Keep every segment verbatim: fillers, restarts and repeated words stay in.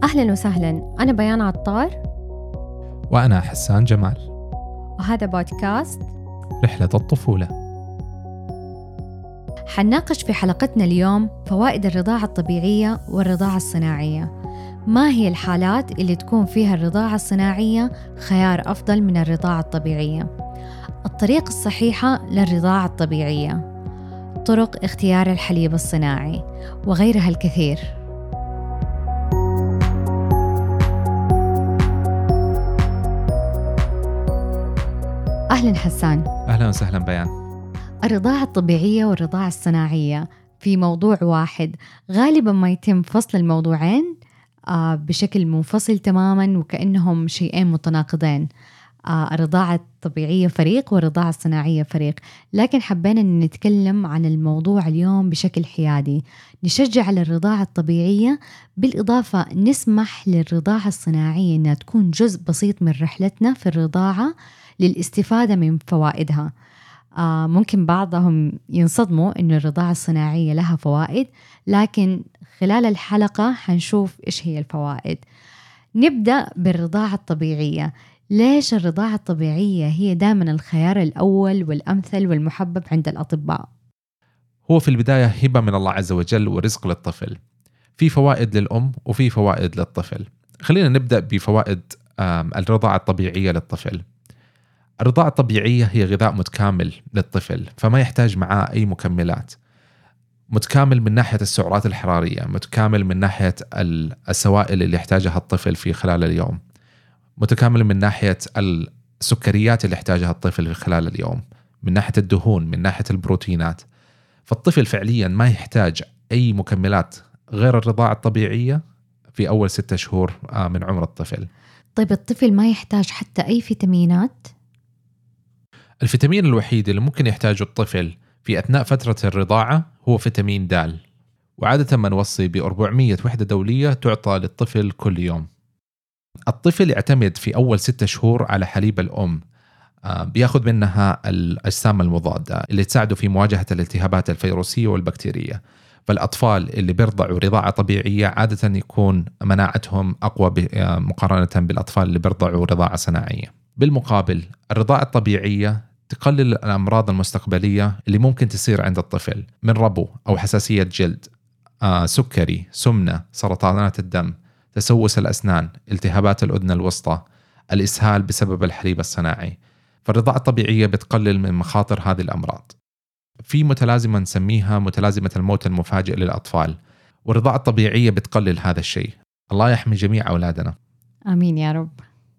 أهلاً وسهلاً، أنا بيان عطار وأنا حسان جمال، وهذا بودكاست رحلة الطفولة. حنناقش في حلقتنا اليوم فوائد الرضاعة الطبيعية والرضاعة الصناعية. ما هي الحالات اللي تكون فيها الرضاعة الصناعية خيار أفضل من الرضاعة الطبيعية؟ الطريقة الصحيحة للرضاعة الطبيعية، طرق اختيار الحليب الصناعي، وغيرها الكثير. أهلاً حسان. أهلا وسهلا بيان. الرضاعة الطبيعية والرضاعة الصناعية في موضوع واحد، غالباً ما يتم فصل الموضوعين آه بشكل منفصل تماماً وكأنهم شيئين متناقضين. آه الرضاعة الطبيعية فريق والرضاعة الصناعية فريق، لكن حبينا أن نتكلم عن الموضوع اليوم بشكل حيادي، نشجع على الرضاعة الطبيعية، بالإضافة نسمح للرضاعة الصناعية أنها تكون جزء بسيط من رحلتنا في الرضاعة للاستفادة من فوائدها. آه ممكن بعضهم ينصدموا إنه الرضاعة الصناعية لها فوائد، لكن خلال الحلقة حنشوف إيش هي الفوائد. نبدأ بالرضاعة الطبيعية. ليش الرضاعة الطبيعية هي دائما الخيار الأول والأمثل والمحبب عند الأطباء؟ هو في البداية هبة من الله عز وجل ورزق للطفل، في فوائد للأم وفي فوائد للطفل. خلينا نبدأ بفوائد الرضاعة الطبيعية للطفل. الرضاعة الطبيعية هي غذاء متكامل للطفل، فما يحتاج معاه أي مكملات. متكامل من ناحية السعرات الحرارية، متكامل من ناحية السوائل اللي يحتاجها الطفل في خلال اليوم، متكامل من ناحية السكريات اللي يحتاجها الطفل في خلال اليوم، من ناحية الدهون، من ناحية البروتينات. فالطفل فعليا ما يحتاج أي مكملات غير الرضاعة الطبيعية في أول ستة شهور من عمر الطفل. طيب الطفل ما يحتاج حتى أي فيتامينات؟ الفيتامين الوحيد اللي ممكن يحتاجه الطفل في أثناء فترة الرضاعة هو فيتامين د، وعادة ما نوصي ب أربعمية وحدة دولية تعطى للطفل كل يوم. الطفل يعتمد في أول ستة شهور على حليب الأم، بياخذ منها الأجسام المضادة اللي تساعده في مواجهة الالتهابات الفيروسية والبكتيرية. فالأطفال اللي بيرضعوا رضاعة طبيعية عادة يكون مناعتهم أقوى مقارنة بالأطفال اللي بيرضعوا رضاعة صناعية. بالمقابل الرضاعة الطبيعية تقلل الأمراض المستقبلية اللي ممكن تصير عند الطفل من ربو أو حساسية جلد، آه، سكري، سمنة، سرطانات الدم، تسوس الأسنان، التهابات الأذن الوسطى، الإسهال بسبب الحليب الصناعي. فالرضاعة الطبيعية بتقلل من مخاطر هذه الأمراض. في متلازمة نسميها متلازمة الموت المفاجئ للأطفال، والرضاعة الطبيعية بتقلل هذا الشيء. الله يحمي جميع أولادنا. آمين يا رب.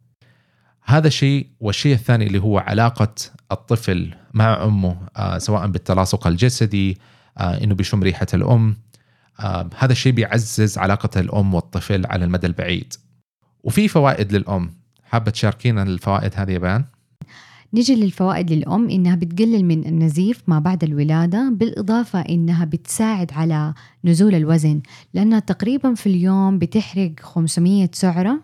هذا شيء. والشيء الثاني اللي هو علاقة الطفل مع أمه، آه سواء بالتلاصق الجسدي، آه إنه بيشم ريحة الأم. آه هذا الشيء بيعزز علاقة الأم والطفل على المدى البعيد. وفي فوائد للأم، حابة تشاركينا الفوائد هذه يا بيان؟ نيجي للفوائد للأم، إنها بتقلل من النزيف ما بعد الولادة، بالإضافة إنها بتساعد على نزول الوزن، لأنها تقريبا في اليوم بتحرق خمسمية سعرة،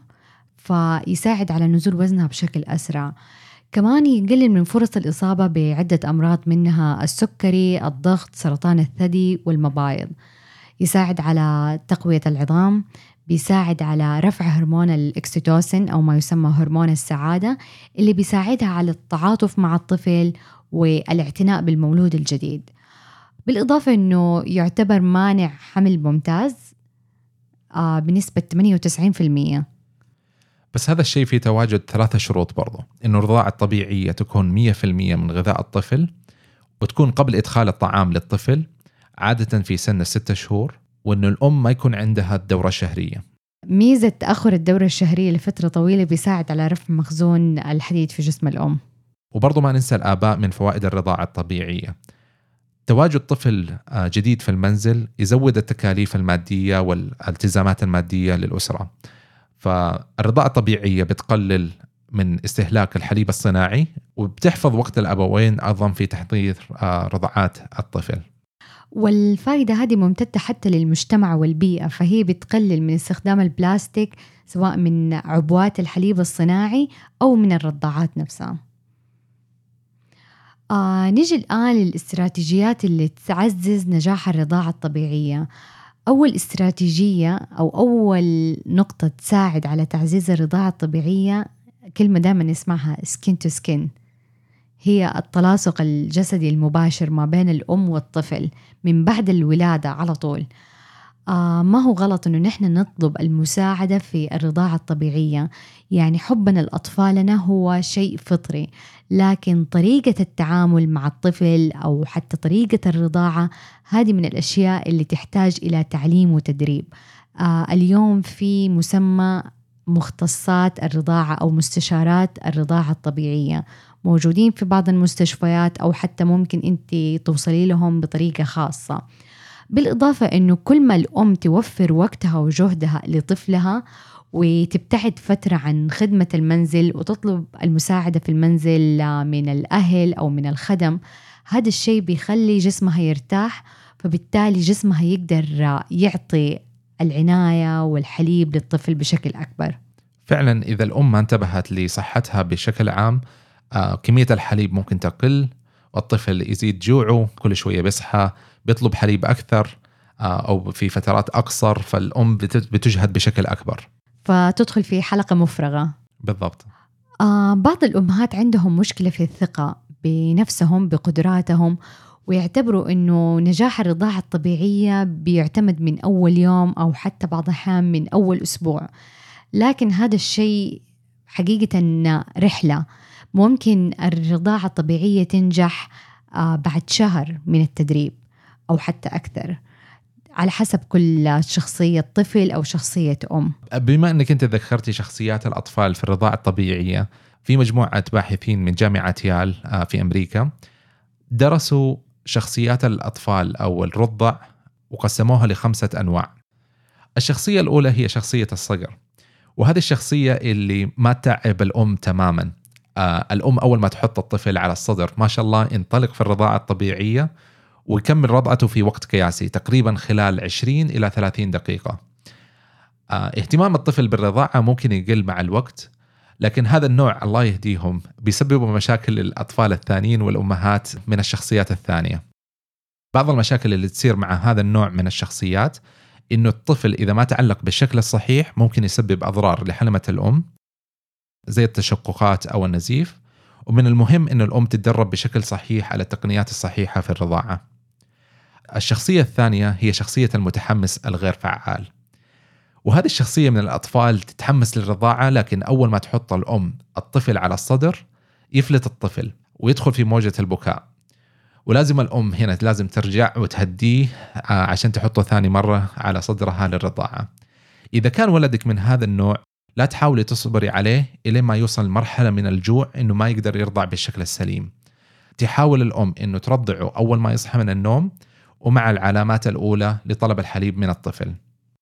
فيساعد على نزول وزنها بشكل أسرع. كمان يقلل من فرص الإصابة بعدة أمراض، منها السكري، الضغط، سرطان الثدي والمبايض. يساعد على تقوية العظام، بيساعد على رفع هرمون الإكسيتوسين أو ما يسمى هرمون السعادة، اللي بيساعدها على التعاطف مع الطفل والاعتناء بالمولود الجديد. بالإضافة أنه يعتبر مانع حمل ممتاز آه بنسبة ثمانية وتسعين بالمئة. بس هذا الشيء فيه تواجد ثلاثة شروط برضو، إنه الرضاعة الطبيعية تكون مية بالمية من غذاء الطفل، وتكون قبل إدخال الطعام للطفل عادة في سن الستة شهور، وإنه الأم ما يكون عندها الدورة الشهرية. ميزة تأخر الدورة الشهرية لفترة طويلة بيساعد على رفع مخزون الحديد في جسم الأم. وبرضو ما ننسى الآباء من فوائد الرضاعة الطبيعية. تواجد طفل جديد في المنزل يزود التكاليف المادية والالتزامات المادية للأسرة. فالرضاعة الطبيعية بتقلل من استهلاك الحليب الصناعي، وبتحفظ وقت الأبوين أيضا في تحضير رضاعات الطفل. والفائدة هذه ممتدة حتى للمجتمع والبيئة، فهي بتقلل من استخدام البلاستيك سواء من عبوات الحليب الصناعي أو من الرضاعات نفسها. آه نيجي الآن للاستراتيجيات اللي تعزز نجاح الرضاعة الطبيعية. أول استراتيجية أو أول نقطة تساعد على تعزيز الرضاعة الطبيعية كلمة دائما نسمعها skin to skin، هي التلاصق الجسدي المباشر ما بين الأم والطفل من بعد الولادة على طول. آه ما هو غلط إنه نحن نطلب المساعدة في الرضاعة الطبيعية، يعني حبنا لأطفالنا هو شيء فطري، لكن طريقة التعامل مع الطفل أو حتى طريقة الرضاعة هذه من الأشياء اللي تحتاج إلى تعليم وتدريب. آه اليوم في مسمى مختصات الرضاعة أو مستشارات الرضاعة الطبيعية موجودين في بعض المستشفيات، أو حتى ممكن أنت توصلي لهم بطريقة خاصة. بالإضافة أنه كل ما الأم توفر وقتها وجهدها لطفلها وتبتعد فترة عن خدمة المنزل وتطلب المساعدة في المنزل من الأهل أو من الخدم، هذا الشيء بيخلي جسمها يرتاح، فبالتالي جسمها يقدر يعطي العناية والحليب للطفل بشكل أكبر. فعلا إذا الأم ما انتبهت لصحتها بشكل عام، آه كمية الحليب ممكن تقل، والطفل يزيد جوعه، كل شوية بيصحى بيطلب حليب أكثر آه أو في فترات أقصر، فالأم بتجهد بشكل أكبر، فتدخل في حلقة مفرغة. بالضبط. آه بعض الأمهات عندهم مشكلة في الثقة بنفسهم بقدراتهم، ويعتبروا أنه نجاح الرضاعة الطبيعية بيعتمد من أول يوم أو حتى بعض الأحيان من أول أسبوع، لكن هذا الشيء حقيقة رحلة. ممكن الرضاعة الطبيعية تنجح آه بعد شهر من التدريب أو حتى أكثر، على حسب كل شخصية طفل أو شخصية أم. بما أنك أنت ذكرتي شخصيات الأطفال في الرضاعة الطبيعية، في مجموعة باحثين من جامعة يال في أمريكا درسوا شخصيات الأطفال أو الرضع وقسموها لخمسة أنواع. الشخصية الأولى هي شخصية الصقر، وهذه الشخصية اللي ما تعب الأم تماما. آه الأم أول ما تحط الطفل على الصدر ما شاء الله ينطلق في الرضاعة الطبيعية ويكمل رضعته في وقت قياسي تقريبا خلال عشرين إلى ثلاثين دقيقة. آه اهتمام الطفل بالرضاعة ممكن يقل مع الوقت، لكن هذا النوع الله يهديهم بيسببوا مشاكل للأطفال الثانيين والأمهات من الشخصيات الثانية. بعض المشاكل اللي تصير مع هذا النوع من الشخصيات إنه الطفل إذا ما تعلق بالشكل الصحيح ممكن يسبب أضرار لحلمة الأم زي التشققات أو النزيف، ومن المهم إنه الأم تتدرب بشكل صحيح على التقنيات الصحيحة في الرضاعة. الشخصية الثانية هي شخصية المتحمس الغير فعال، وهذه الشخصية من الأطفال تتحمس للرضاعة، لكن أول ما تحط الأم الطفل على الصدر يفلت الطفل ويدخل في موجة البكاء، ولازم الأم هنا لازم ترجع وتهديه عشان تحطه ثاني مرة على صدرها للرضاعة. إذا كان ولدك من هذا النوع لا تحاولي تصبري عليه إلى ما يوصل مرحلة من الجوع إنه ما يقدر يرضع بالشكل السليم. تحاول الأم إنه ترضعه أول ما يصحى من النوم ومع العلامات الأولى لطلب الحليب من الطفل.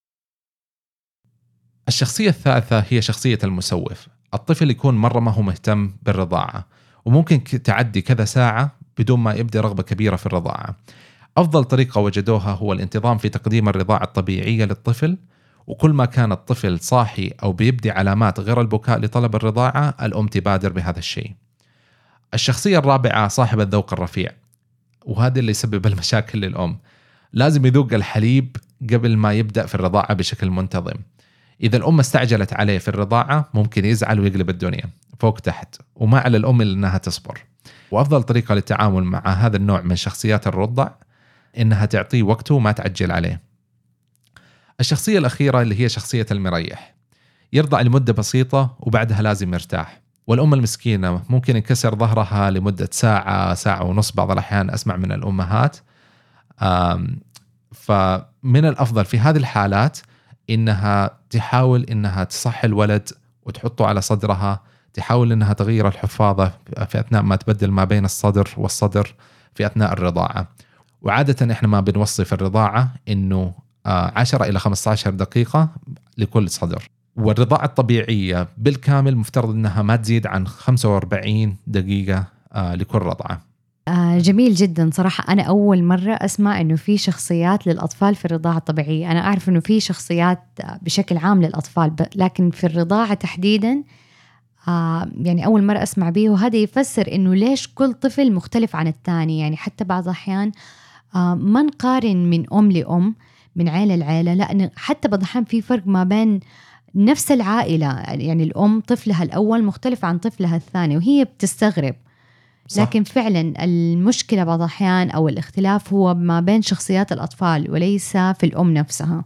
الشخصية الثالثة هي شخصية المسوف. الطفل يكون مرة ما هو مهتم بالرضاعة وممكن تعدي كذا ساعة بدون ما يبدأ رغبة كبيرة في الرضاعة. أفضل طريقة وجدوها هو الانتظام في تقديم الرضاعة الطبيعية للطفل، وكل ما كان الطفل صاحي أو بيبدي علامات غير البكاء لطلب الرضاعة الأم تبادر بهذا الشيء. الشخصية الرابعة صاحب الذوق الرفيع، وهذا اللي يسبب المشاكل للأم. لازم يذوق الحليب قبل ما يبدأ في الرضاعة بشكل منتظم. إذا الأم استعجلت عليه في الرضاعة ممكن يزعل ويقلب الدنيا فوق تحت، وما على الأم إلا أنها تصبر. وأفضل طريقة للتعامل مع هذا النوع من شخصيات الرضع إنها تعطيه وقته وما تعجل عليه. الشخصية الأخيرة اللي هي شخصية المريح، يرضع لمدة بسيطة وبعدها لازم يرتاح، والأم المسكينة ممكن ينكسر ظهرها لمدة ساعة ساعة ونص بعض الأحيان أسمع من الأمهات. فمن الأفضل في هذه الحالات إنها تحاول إنها تصحي الولد وتحطه على صدرها، تحاول إنها تغير الحفاضة في أثناء ما تبدل ما بين الصدر والصدر في أثناء الرضاعة. وعادة إحنا ما بنوصي في الرضاعة إنه عشرة إلى خمسة عشر دقيقة لكل صدر، والرضاعة الطبيعية بالكامل مفترض إنها ما تزيد عن خمسة وأربعين دقيقة لكل رضعة. آه جميل جدا صراحة. أنا أول مرة أسمع إنه في شخصيات للأطفال في الرضاعة الطبيعية. أنا أعرف إنه في شخصيات بشكل عام للأطفال، لكن في الرضاعة تحديدا آه يعني أول مرة أسمع به، وهذا يفسر إنه ليش كل طفل مختلف عن الثاني. يعني حتى بعض الأحيان آه ما نقارن من أم لأم، من عيلة لعيلة، لا حتى بضحان في فرق ما بين نفس العائلة، يعني الأم طفلها الأول مختلف عن طفلها الثاني وهي بتستغرب. صح. لكن فعلا المشكلة بعض الأحيان أو الاختلاف هو ما بين شخصيات الأطفال وليس في الأم نفسها.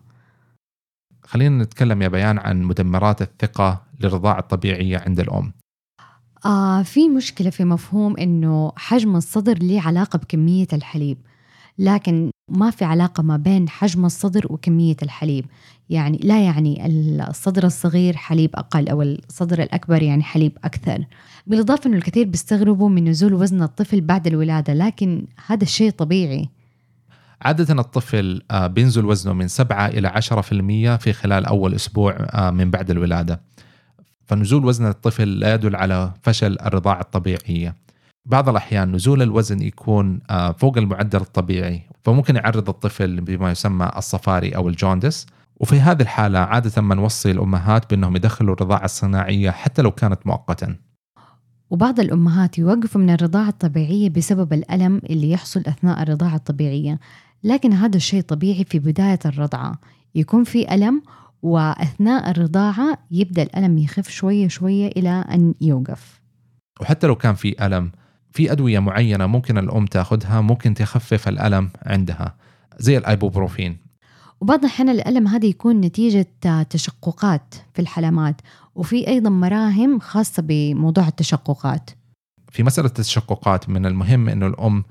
خلينا نتكلم يا بيان عن مدمرات الثقة للرضاعة الطبيعية عند الأم. آه في مشكلة في مفهوم إنه حجم الصدر له علاقة بكمية الحليب، لكن ما في علاقة ما بين حجم الصدر وكمية الحليب. يعني لا يعني الصدر الصغير حليب أقل أو الصدر الأكبر يعني حليب أكثر. بالإضافة أنه الكثير بيستغربوا من نزول وزن الطفل بعد الولادة، لكن هذا الشيء طبيعي. عادة الطفل بينزل وزنه من سبعة إلى عشرة في المية في خلال أول أسبوع من بعد الولادة، فنزول وزن الطفل لا يدل على فشل الرضاعة الطبيعية. بعض الأحيان نزول الوزن يكون فوق المعدل الطبيعي، فممكن يعرض الطفل بما يسمى الصفاري أو الجوندس، وفي هذه الحالة عادة ما نوصي الأمهات بأنهم يدخلوا الرضاعة الصناعية حتى لو كانت مؤقتا. وبعض الأمهات يوقفوا من الرضاعة الطبيعية بسبب الألم اللي يحصل أثناء الرضاعة الطبيعية، لكن هذا الشيء طبيعي في بداية الرضعة، يكون في ألم وأثناء الرضاعة يبدأ الألم يخف شوية شوية إلى أن يوقف. وحتى لو كان في ألم، في أدوية معينة ممكن الأم تأخذها ممكن تخفف الألم عندها زي الأيبوبروفين. وبعض الأحيان الألم هذا يكون نتيجة تشققات في الحلمات، وفي أيضا مراهم خاصة بموضوع التشققات. في مسألة التشققات من المهم أنه الأم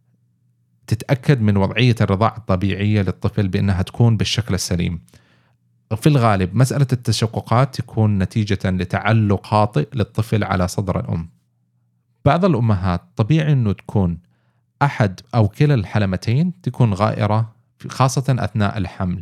تتأكد من وضعية الرضاعة الطبيعية للطفل بأنها تكون بالشكل السليم. في الغالب مسألة التشققات تكون نتيجة لتعلق خاطئ للطفل على صدر الأم. بعض الأمهات طبيعي أنه تكون أحد أو كلا الحلمتين تكون غائرة خاصة أثناء الحمل.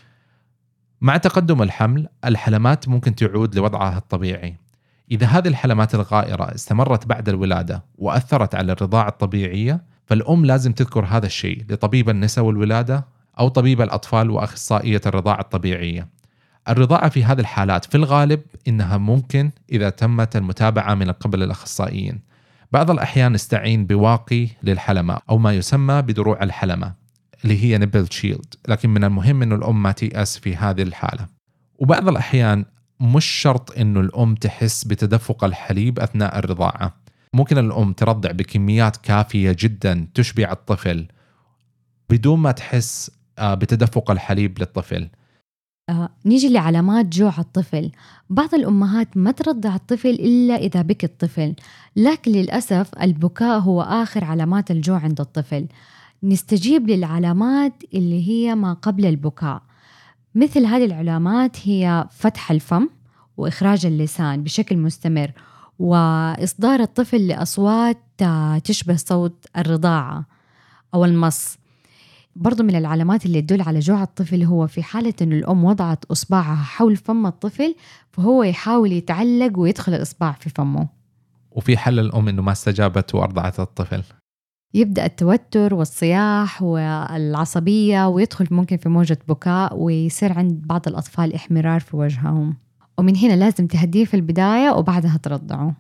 مع تقدم الحمل الحلمات ممكن تعود لوضعها الطبيعي. إذا هذه الحلمات الغائرة استمرت بعد الولادة وأثرت على الرضاعة الطبيعية، فالأم لازم تذكر هذا الشيء لطبيب النساء والولادة أو طبيب الأطفال وأخصائية الرضاعة الطبيعية. الرضاعة في هذه الحالات في الغالب إنها ممكن إذا تمت المتابعة من قبل الأخصائيين. بعض الأحيان نستعين بواقي للحلمة أو ما يسمى بدروع الحلمة اللي هي نيبل شيلد، لكن من المهم إنه الأم ما تيأس في هذه الحالة. وبعض الأحيان مش شرط إنه الأم تحس بتدفق الحليب أثناء الرضاعة، ممكن الأم ترضع بكميات كافية جدا تشبع الطفل بدون ما تحس بتدفق الحليب للطفل. آه، نيجي لعلامات جوع الطفل. بعض الأمهات ما ترضع الطفل إلا إذا بكى الطفل، لكن للأسف البكاء هو آخر علامات الجوع عند الطفل. نستجيب للعلامات اللي هي ما قبل البكاء. مثل هذه العلامات هي فتح الفم وإخراج اللسان بشكل مستمر، وإصدار الطفل لأصوات تشبه صوت الرضاعة أو المص. برضو من العلامات اللي تدل على جوع الطفل هو في حالة أن الأم وضعت إصبعها حول فم الطفل فهو يحاول يتعلق ويدخل الإصبع في فمه. وفي حل الأم أنه ما استجابت وأرضعت الطفل، يبدأ التوتر والصياح والعصبية ويدخل ممكن في موجة بكاء، ويصير عند بعض الأطفال إحمرار في وجههم، ومن هنا لازم تهديه في البداية وبعدها ترضعه.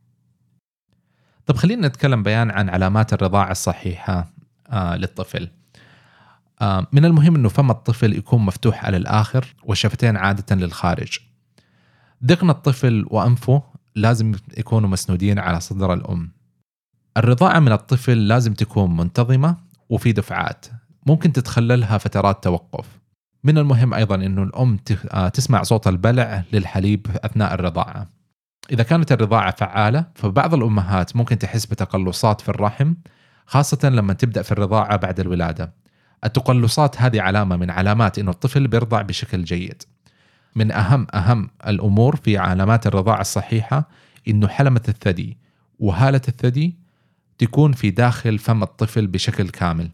طب خلينا نتكلم بيان عن علامات الرضاعة الصحيحة آه للطفل. آه من المهم أنه فم الطفل يكون مفتوح على الآخر والشفتين عادة للخارج. ذقن الطفل وأنفه لازم يكونوا مسنودين على صدر الأم. الرضاعة من الطفل لازم تكون منتظمة وفي دفعات، ممكن تتخللها فترات توقف. من المهم أيضا أنه الأم تسمع صوت البلع للحليب أثناء الرضاعة. إذا كانت الرضاعة فعالة فبعض الأمهات ممكن تحس بتقلصات في الرحم، خاصة لما تبدأ في الرضاعة بعد الولادة. التقلصات هذه علامة من علامات أنه الطفل بيرضع بشكل جيد. من أهم أهم الأمور في علامات الرضاعة الصحيحة أنه حلمة الثدي وهالة الثدي تكون في داخل فم الطفل بشكل كامل،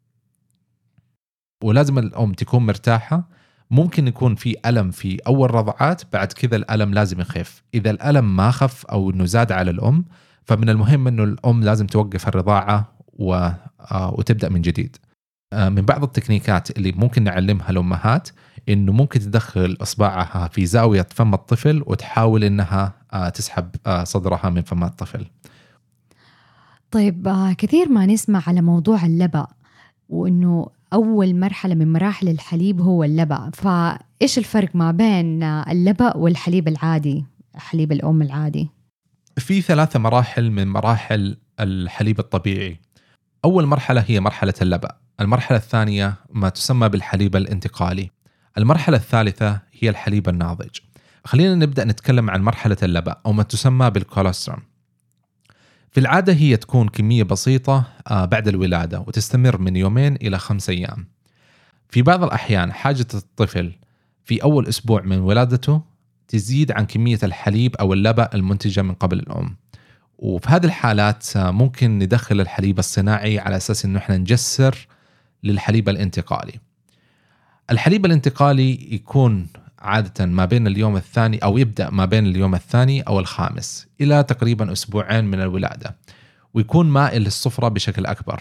ولازم الأم تكون مرتاحة. ممكن يكون في ألم في أول رضعات، بعد كذا الألم لازم يخف. إذا الألم ما خف أو إنه زاد على الأم فمن المهم إنه الأم لازم توقف الرضاعة و... وتبدأ من جديد. من بعض التكنيكات اللي ممكن نعلمها الأمهات إنه ممكن تدخل إصبعها في زاوية فم الطفل وتحاول إنها تسحب صدرها من فم الطفل. طيب كثير ما نسمع على موضوع اللبأ، وإنه أول مرحلة من مراحل الحليب هو اللبأ. فإيش الفرق ما بين اللبأ والحليب العادي، حليب الأم العادي؟ في ثلاثة مراحل من مراحل الحليب الطبيعي. أول مرحلة هي مرحلة اللبأ، المرحلة الثانية ما تسمى بالحليب الانتقالي، المرحلة الثالثة هي الحليب الناضج. خلينا نبدأ نتكلم عن مرحلة اللبأ أو ما تسمى بالكولوسترم. في العادة هي تكون كمية بسيطة بعد الولادة وتستمر من يومين إلى خمس أيام. في بعض الأحيان حاجة الطفل في أول أسبوع من ولادته تزيد عن كمية الحليب أو اللبأ المنتجة من قبل الأم، وفي هذه الحالات ممكن ندخل الحليب الصناعي على أساس أنه إحنا نجسر للحليب الانتقالي. الحليب الانتقالي يكون عادة ما بين اليوم الثاني أو يبدأ ما بين اليوم الثاني أو الخامس إلى تقريبا أسبوعين من الولادة، ويكون مائل للصفرة بشكل أكبر،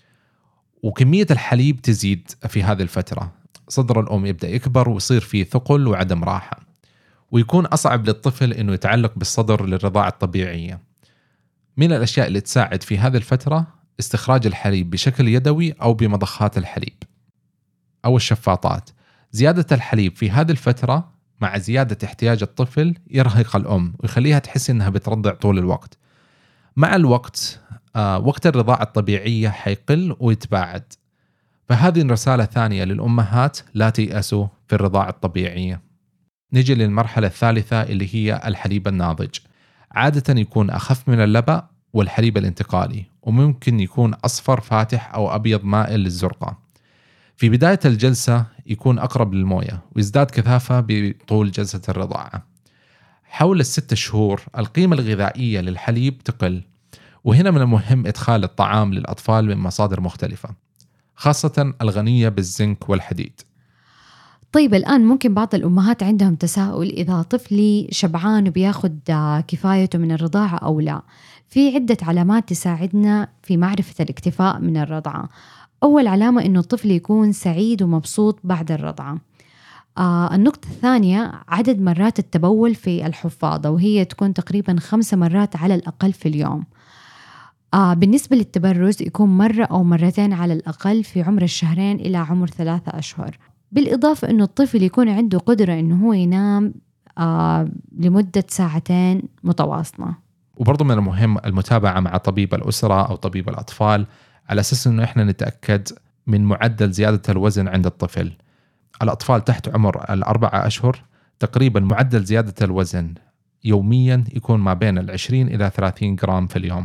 وكمية الحليب تزيد في هذه الفترة. صدر الأم يبدأ يكبر ويصير فيه ثقل وعدم راحة، ويكون أصعب للطفل أنه يتعلق بالصدر للرضاعة الطبيعية. من الأشياء اللي تساعد في هذه الفترة استخراج الحليب بشكل يدوي أو بمضخات الحليب أو الشفاطات. زيادة الحليب في هذه الفترة مع زيادة احتياج الطفل يرهق الأم ويخليها تحس إنها بترضع طول الوقت. مع الوقت آه وقت الرضاعة الطبيعية حيقل ويتباعد. فهذه رسالة ثانية للأمهات، لا تيأسوا في الرضاعة الطبيعية. نجي للمرحلة الثالثة اللي هي الحليب الناضج. عادة يكون أخف من اللبأ والحليب الانتقالي، وممكن يكون أصفر فاتح أو أبيض مائل للزرقة. في بداية الجلسة يكون أقرب للموية ويزداد كثافة بطول جلسة الرضاعة. حول الست شهور القيمة الغذائية للحليب تقل، وهنا من المهم إدخال الطعام للأطفال من مصادر مختلفة، خاصة الغنية بالزنك والحديد. طيب الآن ممكن بعض الأمهات عندهم تساؤل إذا طفلي شبعان وبياخد كفايته من الرضاعة أو لا. في عدة علامات تساعدنا في معرفة الاكتفاء من الرضعة. أول علامة إنه الطفل يكون سعيد ومبسوط بعد الرضعة. آه النقطة الثانية عدد مرات التبول في الحفاضة، وهي تكون تقريبا خمس مرات على الأقل في اليوم. آه بالنسبة للتبرز يكون مرة أو مرتين على الأقل في عمر الشهرين إلى عمر ثلاثة أشهر. بالإضافة إنه الطفل يكون عنده قدرة إنه هو ينام آه لمدة ساعتين متواصلة. وبرضو من المهم المتابعة مع طبيب الأسرة أو طبيب الأطفال على أساس إنه إحنا نتأكد من معدل زيادة الوزن عند الطفل. الأطفال تحت عمر الأربعة أشهر تقريبا معدل زيادة الوزن يوميا يكون ما بين العشرين إلى ثلاثين جرام في اليوم.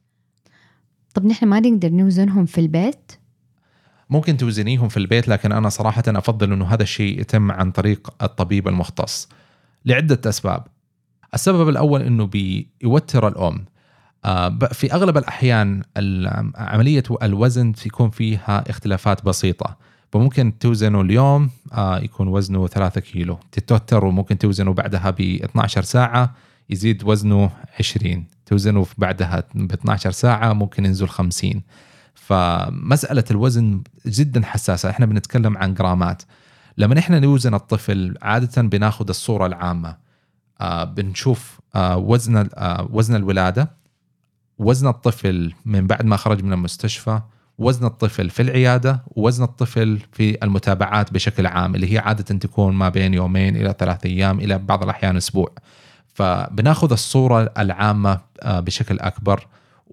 طب نحن ما نقدر نوزنهم في البيت؟ ممكن توزنيهم في البيت، لكن أنا صراحة أفضل أنه هذا الشيء يتم عن طريق الطبيب المختص لعدة أسباب. السبب الأول أنه بيوتر الأم. في أغلب الأحيان عملية الوزن يكون فيها اختلافات بسيطة، فممكن توزنه اليوم يكون وزنه ثلاثة كيلو تتوتر، وممكن توزنه بعدها ب اثنتي عشرة ساعة يزيد وزنه عشرين، توزنه بعدها ب اثنتي عشرة ساعة ممكن ينزل خمسين. فمسألة الوزن جدا حساسة، احنا بنتكلم عن جرامات. لما احنا نوزن الطفل عادة بناخد الصورة العامة، آه بنشوف آه وزن آه وزن الولادة، وزن الطفل من بعد ما خرج من المستشفى، وزن الطفل في العيادة، ووزن الطفل في المتابعات بشكل عام اللي هي عادة تكون ما بين يومين إلى ثلاثة أيام إلى بعض الأحيان أسبوع. فبناخد الصورة العامة آه بشكل أكبر،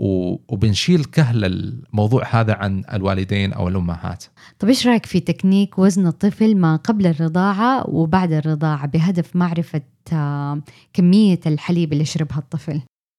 وبنشيل كهل الموضوع هذا عن الوالدين أو الأمهات. طب إيش رأيك في تكنيك وزن الطفل ما قبل الرضاعة وبعد الرضاعة بهدف معرفة كمية الحليب اللي يشربها الطفل؟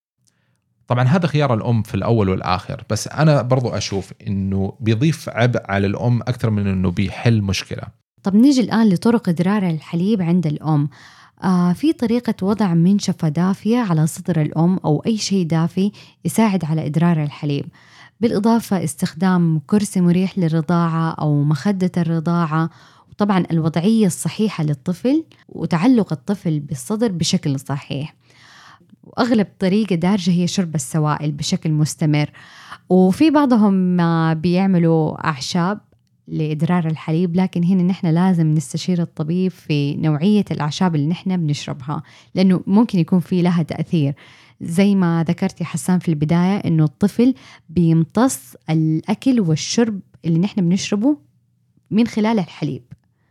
طبعا هذا خيار الأم في الأول والآخر، بس أنا برضو أشوف إنه بيضيف عبء على الأم أكثر من إنه بيحل مشكلة. طب نيجي الآن لطرق إدرار الحليب عند الأم. آه في طريقة وضع منشفة دافية على صدر الأم أو أي شيء دافي يساعد على إدرار الحليب. بالإضافة استخدام كرسي مريح للرضاعة أو مخدة الرضاعة، وطبعا الوضعية الصحيحة للطفل وتعلق الطفل بالصدر بشكل صحيح. وأغلب طريقة دارجة هي شرب السوائل بشكل مستمر. وفي بعضهم بيعملوا أعشاب لإدرار الحليب، لكن هنا نحن لازم نستشير الطبيب في نوعية الأعشاب اللي نحن بنشربها، لأنه ممكن يكون في لها تأثير. زي ما ذكرتي حسان في البداية إنه الطفل بيمتص الأكل والشرب اللي نحن بنشربه من خلال الحليب.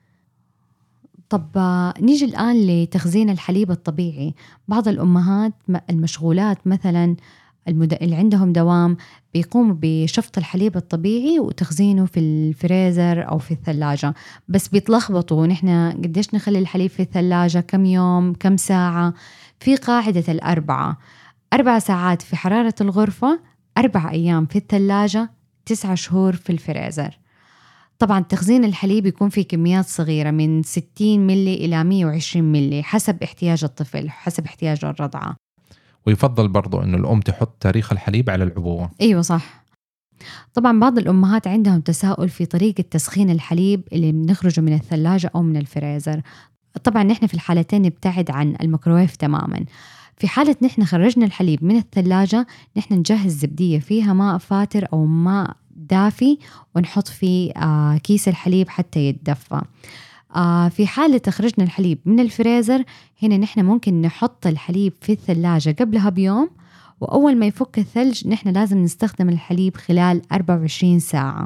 طب نيجي الآن لتخزين الحليب الطبيعي. بعض الأمهات المشغولات مثلا اللي عندهم دوام بيقوموا بشفط الحليب الطبيعي وتخزينه في الفريزر أو في الثلاجة، بس بيتلخبطوا نحن قديش نخلي الحليب في الثلاجة، كم يوم، كم ساعة. في قاعدة الأربعة، أربع ساعات في حرارة الغرفة، أربع أيام في الثلاجة، تسعة شهور في الفريزر. طبعا تخزين الحليب يكون في كميات صغيرة من ستين ملي إلى مية وعشرين ملي حسب احتياج الطفل، حسب احتياج الرضعة. ويفضل برضو أنه الأم تحط تاريخ الحليب على العبوة. أيوة صح. طبعا بعض الأمهات عندهم تساؤل في طريقة تسخين الحليب اللي بنخرجه من الثلاجة أو من الفريزر. طبعا نحن في الحالتين نبتعد عن الميكروويف تماما. في حالة نحن خرجنا الحليب من الثلاجة، نحن نجهز زبدية فيها ماء فاتر أو ماء دافي ونحط فيه آه كيس الحليب حتى يتدفى. آه في حالة خرجنا الحليب من الفريزر، هنا نحن ممكن نحط الحليب في الثلاجة قبلها بيوم، وأول ما يفك الثلج نحن لازم نستخدم الحليب خلال أربعة وعشرين ساعة.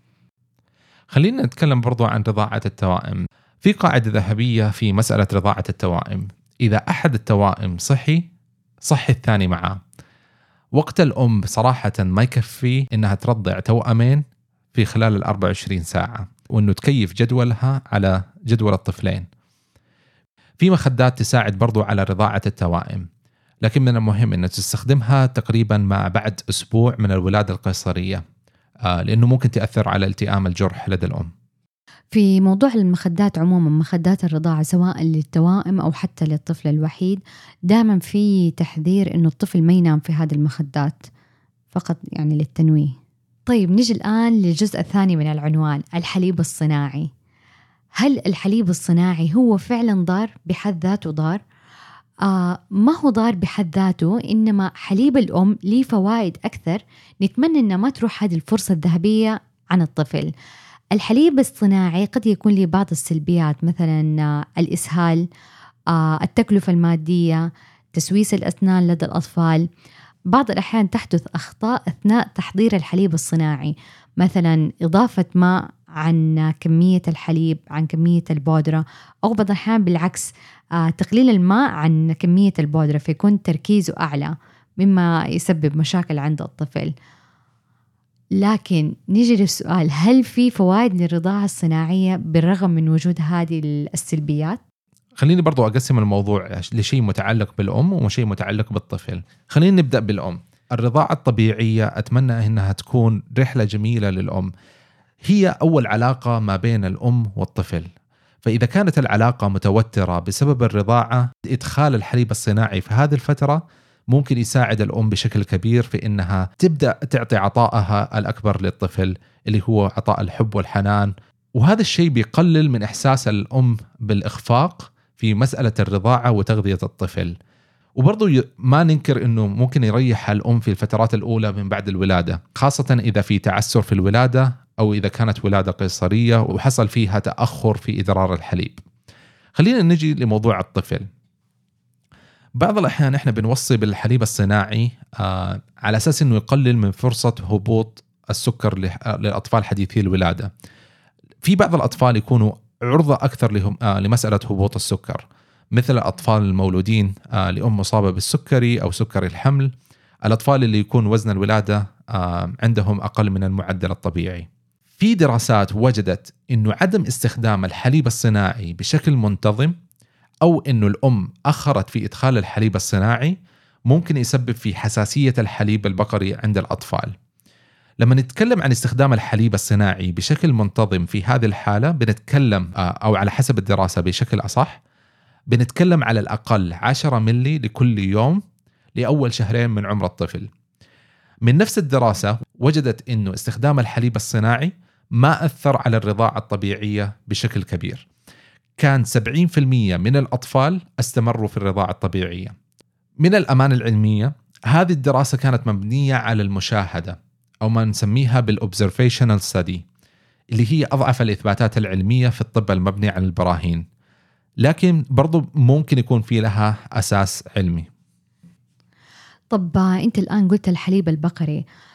خلينا نتكلم برضو عن رضاعة التوائم. في قاعدة ذهبية في مسألة رضاعة التوائم: إذا أحد التوائم صحي صحي الثاني معه. وقت الأم صراحة ما يكفي إنها ترضع توأمين في خلال الأربع وعشرين ساعة، وإنه تكيف جدولها على جدول الطفلين. في مخدات تساعد برضو على رضاعة التوائم، لكن من المهم إنه تستخدمها تقريبا مع بعد أسبوع من الولادة القيصرية، آه لأنه ممكن تأثر على التئام الجرح لدى الأم. في موضوع المخدات عموما، مخدات الرضاعة سواء للتوائم أو حتى للطفل الوحيد، دائما في تحذير إنه الطفل ما ينام في هذه المخدات، فقط يعني للتنويه. طيب نيجي الآن للجزء الثاني من العنوان، الحليب الصناعي. هل الحليب الصناعي هو فعلا ضار؟ بحد ذاته ضار؟ آه ما هو ضار بحد ذاته، إنما حليب الأم ليه فوائد أكثر. نتمنى إن ما تروح هذه الفرصة الذهبية عن الطفل. الحليب الصناعي قد يكون له بعض السلبيات، مثلا آه الإسهال، آه التكلفة المادية، تسويس الأسنان لدى الأطفال. بعض الأحيان تحدث أخطاء أثناء تحضير الحليب الصناعي، مثلا إضافة ماء عن كمية الحليب عن كمية البودرة، أو بعض الأحيان بالعكس آه تقليل الماء عن كمية البودرة، فيكون تركيزه أعلى مما يسبب مشاكل عند الطفل. لكن نيجي للسؤال، هل في فوائد للرضاعة الصناعية بالرغم من وجود هذه السلبيات؟ خليني برضو أقسم الموضوع لشيء متعلق بالأم وشيء متعلق بالطفل. خلينا نبدأ بالأم. الرضاعة الطبيعية أتمنى أنها تكون رحلة جميلة للأم، هي أول علاقة ما بين الأم والطفل. فإذا كانت العلاقة متوترة بسبب الرضاعة، إدخال الحليب الصناعي في هذه الفترة ممكن يساعد الأم بشكل كبير في إنها تبدأ تعطي عطائها الأكبر للطفل، اللي هو عطاء الحب والحنان. وهذا الشيء بيقلل من إحساس الأم بالإخفاق في مسألة الرضاعة وتغذية الطفل. وبرضو ما ننكر أنه ممكن يريح الأم في الفترات الأولى من بعد الولادة، خاصة إذا في تعسر في الولادة أو إذا كانت ولادة قيصرية وحصل فيها تأخر في إدرار الحليب. خلينا نجي لموضوع الطفل. بعض الأحيان إحنا بنوصي بالحليب الصناعي آه على أساس أنه يقلل من فرصة هبوط السكر للأطفال حديثي الولادة. في بعض الأطفال يكونوا عرضة أكثر لهم آه لمسألة هبوط السكر، مثل الأطفال المولودين آه لأم مصابة بالسكري أو سكري الحمل، الأطفال اللي يكون وزن الولادة آه عندهم أقل من المعدل الطبيعي. في دراسات وجدت أنه عدم استخدام الحليب الصناعي بشكل منتظم، أو أنه الأم أخرت في إدخال الحليب الصناعي، ممكن يسبب في حساسية الحليب البقري عند الأطفال. لما نتكلم عن استخدام الحليب الصناعي بشكل منتظم في هذه الحالة، بنتكلم أو على حسب الدراسة بشكل أصح بنتكلم على الأقل عشرة ملي لكل يوم لأول شهرين من عمر الطفل. من نفس الدراسة وجدت أنه استخدام الحليب الصناعي ما أثر على الرضاعة الطبيعية بشكل كبير. كان سبعين بالمئة من الأطفال استمروا في الرضاعة الطبيعية. من الأمانة العلمية، هذه الدراسة كانت مبنية على المشاهدة أو ما نسميها بالobservational study، اللي هي أضعف الإثباتات العلمية في الطب المبني على البراهين، لكن برضو ممكن يكون في لها أساس علمي. طب أنت الآن قلت الحليب البقري،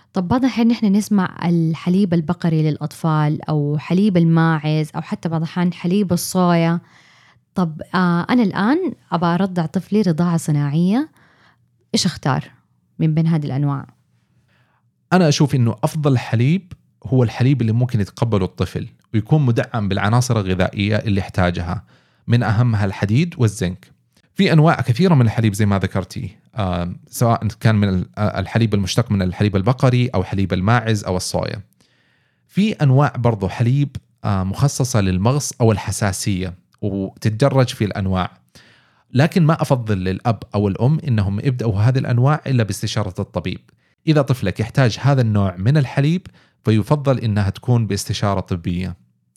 طب بعض الأحيان نحن نسمع الحليب البقري للأطفال أو حليب الماعز أو حتى بعض الأحيان حليب الصويا. طب آه أنا الآن أبى أرضع طفلي رضاعة صناعية، إيش أختار من بين هذه الأنواع؟ أنا أشوف إنه أفضل حليب هو الحليب اللي ممكن يتقبله الطفل ويكون مدعم بالعناصر الغذائية اللي يحتاجها، من أهمها الحديد والزنك. في أنواع كثيرة من الحليب زي ما ذكرتي، آه سواء كان من الحليب المشتق من الحليب البقري أو حليب الماعز أو الصويا. في أنواع برضو حليب آه مخصصة للمغص أو الحساسية وتتدرج في الأنواع، لكن ما أفضل للأب أو الأم إنهم يبدأوا هذه الأنواع إلا باستشارة الطبيب. إذا طفلك يحتاج هذا النوع من الحليب فيفضل إنها تكون باستشارة طبية.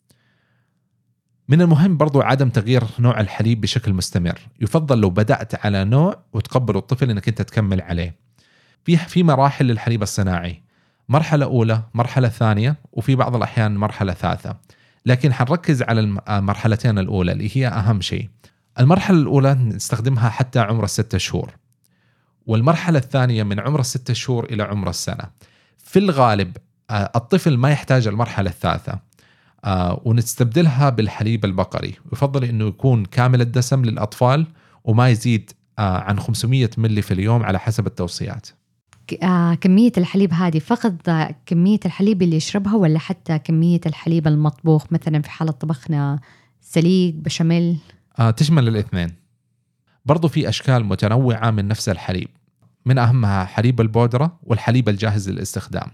من المهم برضو عدم تغيير نوع الحليب بشكل مستمر، يفضل لو بدأت على نوع وتقبل الطفل إنك أنت تكمل عليه. في في مراحل للحليب الصناعي، مرحلة أولى، مرحلة ثانية، وفي بعض الأحيان مرحلة ثالثة، لكن حنركز على المرحلتين الأولى اللي هي أهم شيء. المرحلة الأولى نستخدمها حتى عمر الستة شهور، والمرحلة الثانية من عمر الستة شهور إلى عمر السنة. في الغالب الطفل ما يحتاج المرحلة الثالثة، ونستبدلها بالحليب البقري. يفضل أنه يكون كامل الدسم للأطفال وما يزيد عن خمسمية ملي في اليوم على حسب التوصيات. كمية الحليب هذه فقط كمية الحليب اللي يشربها، ولا حتى كمية الحليب المطبوخ مثلا في حالة طبخنا سليق بشاميل؟ آه تشمل الاثنين. برضو في أشكال متنوعة من نفس الحليب، من أهمها حليب البودرة والحليب الجاهز للاستخدام.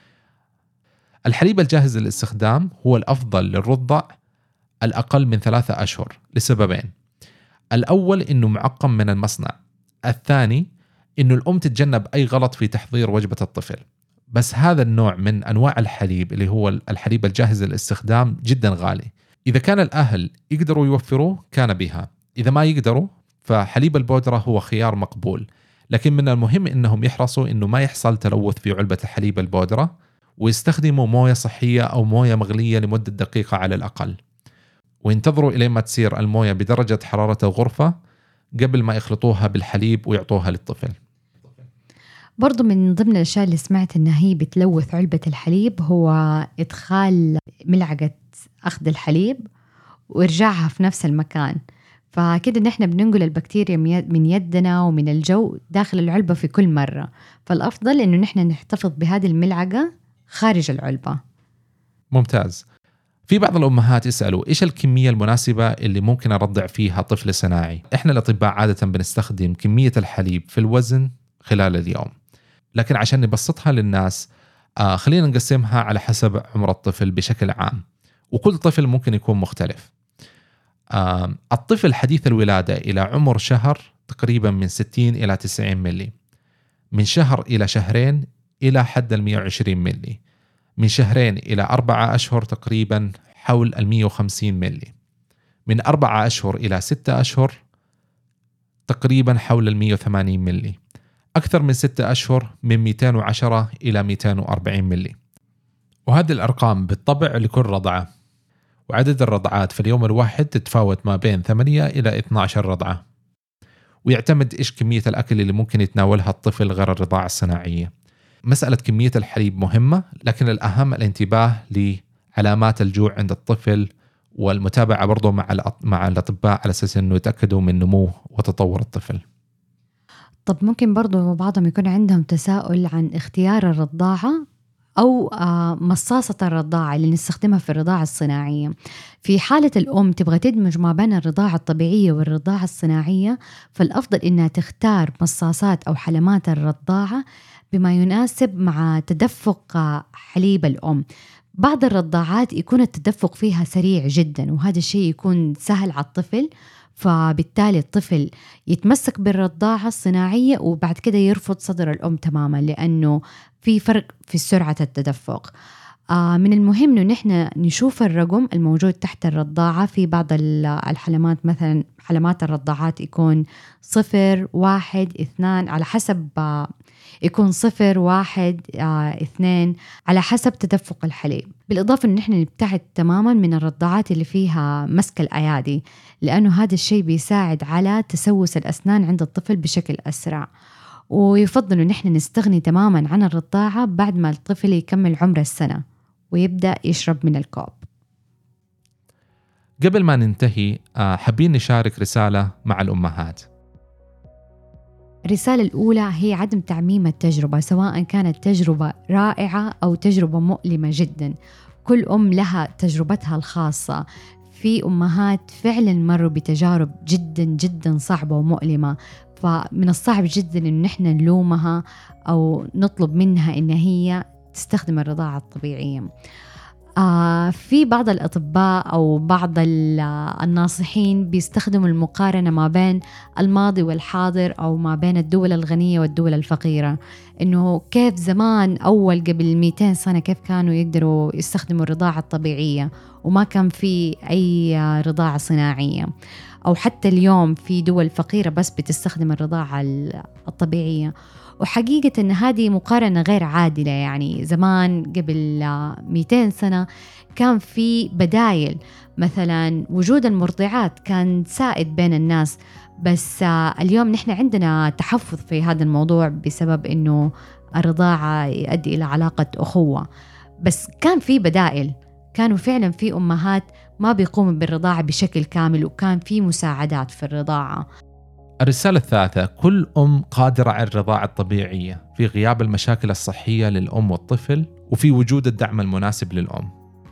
الحليب الجاهز للاستخدام هو الأفضل للرضع الأقل من ثلاثة أشهر لسببين: الأول إنه معقم من المصنع، الثاني إنه الأم تتجنب أي غلط في تحضير وجبة الطفل. بس هذا النوع من أنواع الحليب اللي هو الحليب الجاهز للاستخدام جدا غالي. إذا كان الأهل يقدروا يوفروه كان بها، إذا ما يقدروا فحليب البودرة هو خيار مقبول. لكن من المهم إنهم يحرصوا إنه ما يحصل تلوث في علبة حليب البودرة، ويستخدموا موية صحية أو موية مغلية لمدة دقيقة على الأقل، وينتظروا إلى ما تصير الموية بدرجة حرارة الغرفة قبل ما يخلطوها بالحليب ويعطوها للطفل. برضو من ضمن الأشياء اللي سمعت إنها هي بتلوث علبة الحليب هو إدخال ملعقة أخذ الحليب وإرجاعها في نفس المكان، فكده نحن بننقل البكتيريا من يدنا ومن الجو داخل العلبة في كل مرة. فالأفضل إنه نحن نحتفظ بهذه الملعقة خارج العلبة. ممتاز. في بعض الأمهات يسألوا إيش الكمية المناسبة اللي ممكن أرضع فيها طفل صناعي؟ إحنا الأطباء عادة بنستخدم كمية الحليب في الوزن خلال اليوم، لكن عشان نبسطها للناس آه خلينا نقسمها على حسب عمر الطفل بشكل عام، وكل طفل ممكن يكون مختلف. آه الطفل حديث الولادة إلى عمر شهر تقريبا من ستين إلى تسعين ملي، من شهر إلى شهرين إلى حد المية وعشرين ملي، من شهرين إلى أربعة أشهر تقريبا حول المية وخمسين ملي، من أربعة أشهر إلى ستة أشهر تقريبا حول المية وثمانين ملي، أكثر من ستة أشهر من مئتين وعشرة إلى مئتين وأربعين ملي. وهذه الأرقام بالطبع لكل رضعة، وعدد الرضعات في اليوم الواحد تتفاوت ما بين ثمانية إلى اثنتي عشرة رضعة، ويعتمد إيش كمية الأكل اللي ممكن يتناولها الطفل غير الرضاعة الصناعية. مسألة كمية الحليب مهمة، لكن الأهم الانتباه لعلامات الجوع عند الطفل، والمتابعة برضو مع مع الأطباء على أساس أنه يتأكدوا من نمو وتطور الطفل. طب ممكن برضو بعضهم يكون عندهم تساؤل عن اختيار الرضاعة أو مصاصة الرضاعة اللي نستخدمها في الرضاعة الصناعية. في حالة الأم تبغى تدمج ما بين الرضاعة الطبيعية والرضاعة الصناعية، فالأفضل إنها تختار مصاصات أو حلمات الرضاعة بما يناسب مع تدفق حليب الأم. بعض الرضاعات يكون التدفق فيها سريع جدا، وهذا الشيء يكون سهل على الطفل، فبالتالي الطفل يتمسك بالرضاعة الصناعية وبعد كده يرفض صدر الأم تماما، لأنه في فرق في سرعة التدفق. آه من المهم إنه نحن نشوف الرقم الموجود تحت الرضاعة. في بعض الحلمات مثلا حلمات الرضاعات يكون صفر واحد اثنان على حسب آه يكون صفر واحد آه اثنين على حسب تدفق الحليب. بالإضافة إن نحن نبتعد تماما من الرضاعات اللي فيها مسك الأيادي، لأنه هذا الشيء بيساعد على تسوس الأسنان عند الطفل بشكل أسرع. ويفضل إن إحنا نستغني تماماً عن الرضاعة بعد ما الطفل يكمل عمر السنة ويبدأ يشرب من الكوب. قبل ما ننتهي حابين نشارك رسالة مع الأمهات. الرسالة الأولى هي عدم تعميم التجربة، سواء كانت تجربة رائعة أو تجربة مؤلمة جدا. كل أم لها تجربتها الخاصة. في أمهات فعلا مروا بتجارب جدا جدا صعبة ومؤلمة، فمن الصعب جدا إن نحن نلومها أو نطلب منها إن هي تستخدم الرضاعة الطبيعية. آه في بعض الأطباء أو بعض الناصحين بيستخدموا المقارنة ما بين الماضي والحاضر أو ما بين الدول الغنية والدول الفقيرة، إنه كيف زمان أول قبل مئتين سنة كيف كانوا يقدروا يستخدموا الرضاعة الطبيعية وما كان في أي رضاعة صناعية، أو حتى اليوم في دول فقيرة بس بتستخدم الرضاعة الطبيعية. وحقيقة أن هذه مقارنة غير عادلة. يعني زمان قبل مئتين سنة كان في بدايل، مثلا وجود المرضعات كان سائد بين الناس، بس اليوم نحن عندنا تحفظ في هذا الموضوع بسبب أنه الرضاعة يؤدي إلى علاقة أخوة. بس كان في بدائل، كانوا فعلا في أمهات ما بيقوموا بالرضاعة بشكل كامل، وكان في مساعدات في الرضاعة. الرسالة الثالثة: كل أم قادرة على الرضاعة الطبيعية في غياب المشاكل الصحية للأم والطفل وفي وجود الدعم المناسب للأم.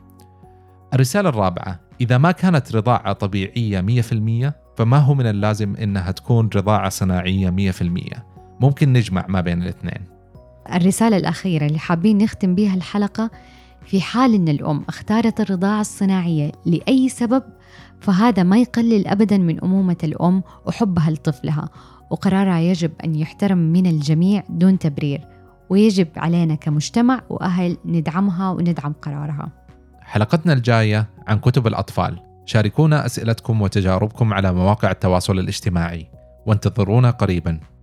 الرسالة الرابعة: إذا ما كانت رضاعة طبيعية مية في المية فما هو من اللازم إنها تكون رضاعة صناعية مية في المية، ممكن نجمع ما بين الاثنين. الرسالة الأخيرة اللي حابين نختم بها الحلقة: في حال إن الأم اختارت الرضاعة الصناعية لأي سبب، فهذا ما يقلل أبداً من أمومة الأم وحبها لطفلها، وقرارها يجب أن يحترم من الجميع دون تبرير، ويجب علينا كمجتمع وأهل ندعمها وندعم قرارها. حلقتنا الجاية عن كتب الأطفال. شاركونا أسئلتكم وتجاربكم على مواقع التواصل الاجتماعي، وانتظرونا قريباً.